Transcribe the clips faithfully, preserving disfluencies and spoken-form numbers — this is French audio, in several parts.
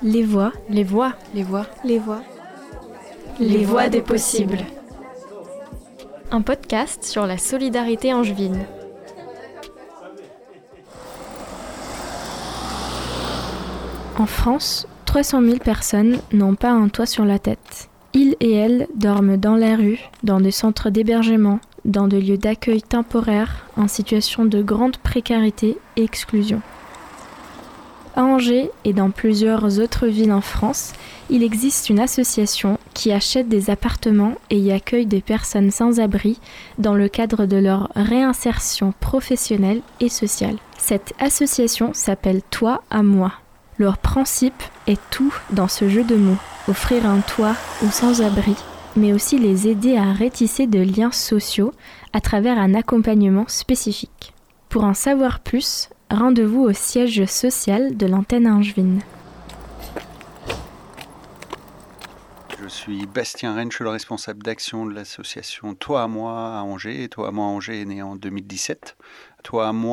Les voix, les voix, les voix, les voix, les voix des possibles. Un podcast sur la solidarité angevine. En France, trois cent mille personnes n'ont pas un toit sur la tête. Ils et elles dorment dans la rue, dans des centres d'hébergement, dans des lieux d'accueil temporaires, en situation de grande précarité et exclusion. À Angers et dans plusieurs autres villes en France, il existe une association qui achète des appartements et y accueille des personnes sans abri dans le cadre de leur réinsertion professionnelle et sociale. Cette association s'appelle Toi à moi. Leur principe est tout dans ce jeu de mots, offrir un toit aux sans-abri, mais aussi les aider à retisser de liens sociaux à travers un accompagnement spécifique. Pour en savoir plus, rendez-vous au siège social de l'antenne angevine. Je suis Bastien Rennes, je suis le responsable d'action de l'association Toi à moi à Angers. Et Toi à moi à Angers est né en deux mille dix-sept. Toi à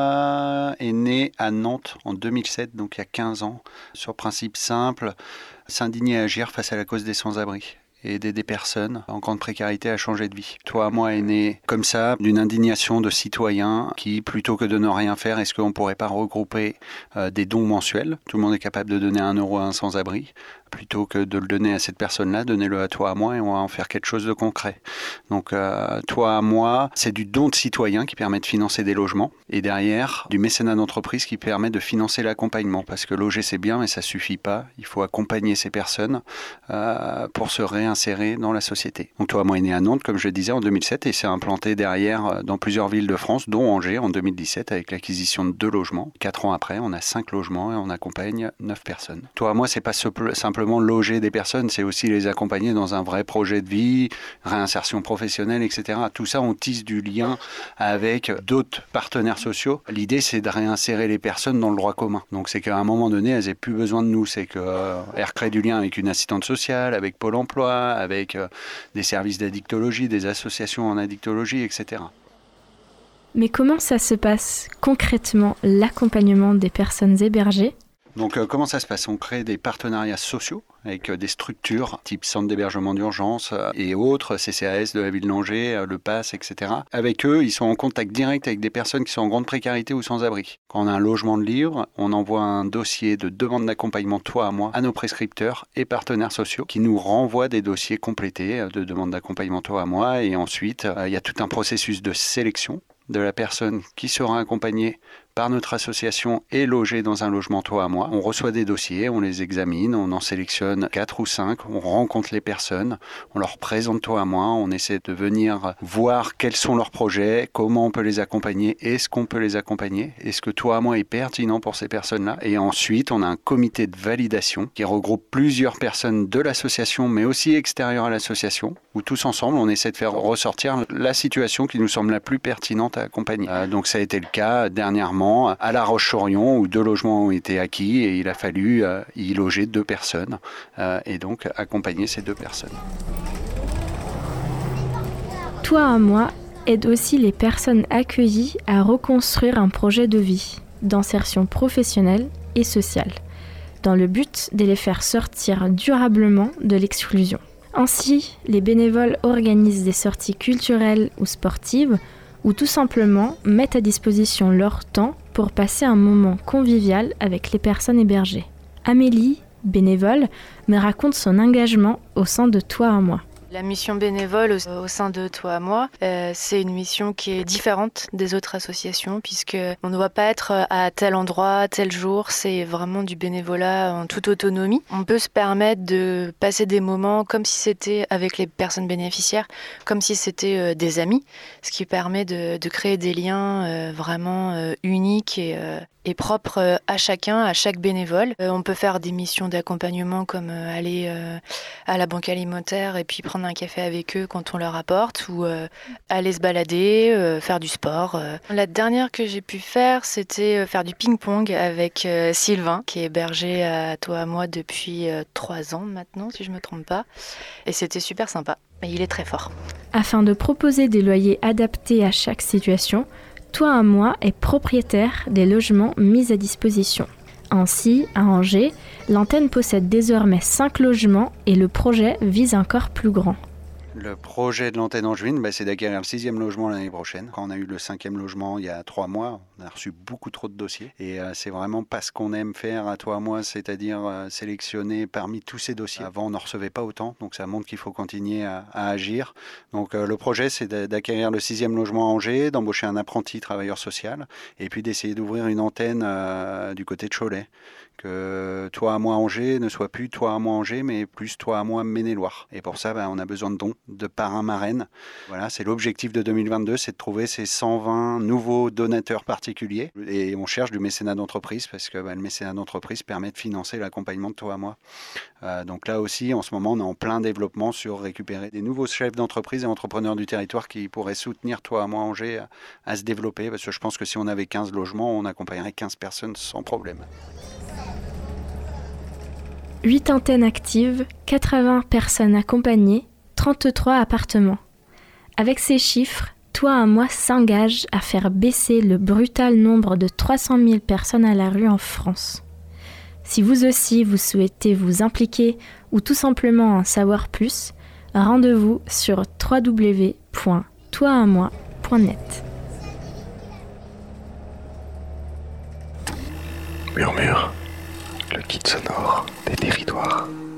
moi est né à Nantes en deux mille sept, donc il y a quinze ans. Sur principe simple, s'indigner et agir face à la cause des sans-abri et aider des personnes en grande précarité à changer de vie. Toi à moi est né comme ça, d'une indignation de citoyens qui, plutôt que de ne rien faire, est-ce qu'on ne pourrait pas regrouper euh, des dons mensuels ? Tout le monde est capable de donner un euro à un sans-abri. Plutôt que de le donner à cette personne-là, donnez-le à Toi à moi et on va en faire quelque chose de concret. Donc, euh, Toi à moi, c'est du don de citoyens qui permet de financer des logements et derrière, du mécénat d'entreprise qui permet de financer l'accompagnement. Parce que loger, c'est bien, mais ça suffit pas. Il faut accompagner ces personnes euh, pour se réinsérer dans la société. Donc, Toi à moi est né à Nantes, comme je le disais, en deux mille sept et s'est implanté derrière dans plusieurs villes de France, dont Angers en deux mille dix-sept avec l'acquisition de deux logements. Quatre ans après, on a cinq logements et on accompagne neuf personnes. Toi à moi, c'est pas simplement loger des personnes, c'est aussi les accompagner dans un vrai projet de vie, réinsertion professionnelle, et cetera. Tout ça, on tisse du lien avec d'autres partenaires sociaux. L'idée, c'est de réinsérer les personnes dans le droit commun. Donc, c'est qu'à un moment donné, elles n'aient plus besoin de nous. C'est qu'elles euh, recréent du lien avec une assistante sociale, avec Pôle emploi, avec euh, des services d'addictologie, des associations en addictologie, et cetera. Mais comment ça se passe concrètement, l'accompagnement des personnes hébergées ? Donc euh, comment ça se passe ? On crée des partenariats sociaux avec euh, des structures type centre d'hébergement d'urgence euh, et autres, C C A S de la ville d'Angers, euh, le P A S, et cetera. Avec eux, ils sont en contact direct avec des personnes qui sont en grande précarité ou sans abri. Quand on a un logement de libre, on envoie un dossier de demande d'accompagnement Toi à moi à nos prescripteurs et partenaires sociaux qui nous renvoient des dossiers complétés euh, de demande d'accompagnement Toi à moi et ensuite, euh, il y a tout un processus de sélection de la personne qui sera accompagnée par notre association et logée dans un logement Toi à moi. On reçoit des dossiers, on les examine, on en sélectionne quatre ou cinq, on rencontre les personnes, on leur présente Toi à moi, on essaie de venir voir quels sont leurs projets, comment on peut les accompagner, est-ce qu'on peut les accompagner, est-ce que Toi à moi est pertinent pour ces personnes-là. Et ensuite, on a un comité de validation qui regroupe plusieurs personnes de l'association, mais aussi extérieures à l'association, où tous ensemble, on essaie de faire ressortir la situation qui nous semble la plus pertinente à accompagner. Euh, donc ça a été le cas dernièrement à La Roche-sur-Yon où deux logements ont été acquis et il a fallu euh, y loger deux personnes euh, et donc accompagner ces deux personnes. Toi à moi aide aussi les personnes accueillies à reconstruire un projet de vie, d'insertion professionnelle et sociale, dans le but de les faire sortir durablement de l'exclusion. Ainsi, les bénévoles organisent des sorties culturelles ou sportives ou tout simplement mettent à disposition leur temps pour passer un moment convivial avec les personnes hébergées. Amélie, bénévole, me raconte son engagement au sein de Toi à moi. La mission bénévole au, au sein de Toi à moi, euh, c'est une mission qui est différente des autres associations puisque on ne doit pas être à tel endroit, tel jour, c'est vraiment du bénévolat en toute autonomie. On peut se permettre de passer des moments comme si c'était avec les personnes bénéficiaires, comme si c'était euh, des amis, ce qui permet de, de créer des liens euh, vraiment euh, uniques et euh, est propre à chacun, à chaque bénévole. Euh, on peut faire des missions d'accompagnement comme euh, aller euh, à la banque alimentaire et puis prendre un café avec eux quand on leur apporte ou euh, aller se balader, euh, faire du sport. Euh. La dernière que j'ai pu faire, c'était euh, faire du ping-pong avec euh, Sylvain qui est hébergé à Toi à moi depuis euh, trois ans maintenant si je me trompe pas. Et c'était super sympa. Et il est très fort. Afin de proposer des loyers adaptés à chaque situation, Toi à moi est propriétaire des logements mis à disposition. Ainsi, à Angers, l'antenne possède désormais cinq logements et le projet vise encore plus grand. Le projet de l'antenne angevine, bah, c'est d'acquérir le sixième logement l'année prochaine. Quand on a eu le cinquième logement il y a trois mois, on a reçu beaucoup trop de dossiers. Et euh, c'est vraiment pas ce qu'on aime faire à Toi à Moi, c'est-à-dire euh, sélectionner parmi tous ces dossiers. Avant, on n'en recevait pas autant, donc ça montre qu'il faut continuer à, à agir. Donc euh, le projet, c'est d'acquérir le sixième logement à Angers, d'embaucher un apprenti travailleur social, et puis d'essayer d'ouvrir une antenne euh, du côté de Cholet. Que Toi à Moi Angers ne soit plus Toi à Moi Angers, mais plus Toi à Moi Maine-et-Loire. Et pour ça, bah, on a besoin de dons, de parrains marraines. Voilà, c'est l'objectif de deux mille vingt-deux, c'est de trouver ces cent vingt nouveaux donateurs particuliers. Et on cherche du mécénat d'entreprise, parce que bah, le mécénat d'entreprise permet de financer l'accompagnement de Toi à Moi. Euh, donc là aussi, en ce moment, on est en plein développement sur récupérer des nouveaux chefs d'entreprise et entrepreneurs du territoire qui pourraient soutenir Toi à Moi Angers à, à se développer. Parce que je pense que si on avait quinze logements, on accompagnerait quinze personnes sans problème. huit antennes actives, quatre-vingts personnes accompagnées, trente-trois appartements. Avec ces chiffres, Toi à Moi s'engage à faire baisser le brutal nombre de trois cent mille personnes à la rue en France. Si vous aussi vous souhaitez vous impliquer ou tout simplement en savoir plus, rendez-vous sur w w w point toi à moi point net. Murmure, le guide sonore des territoires.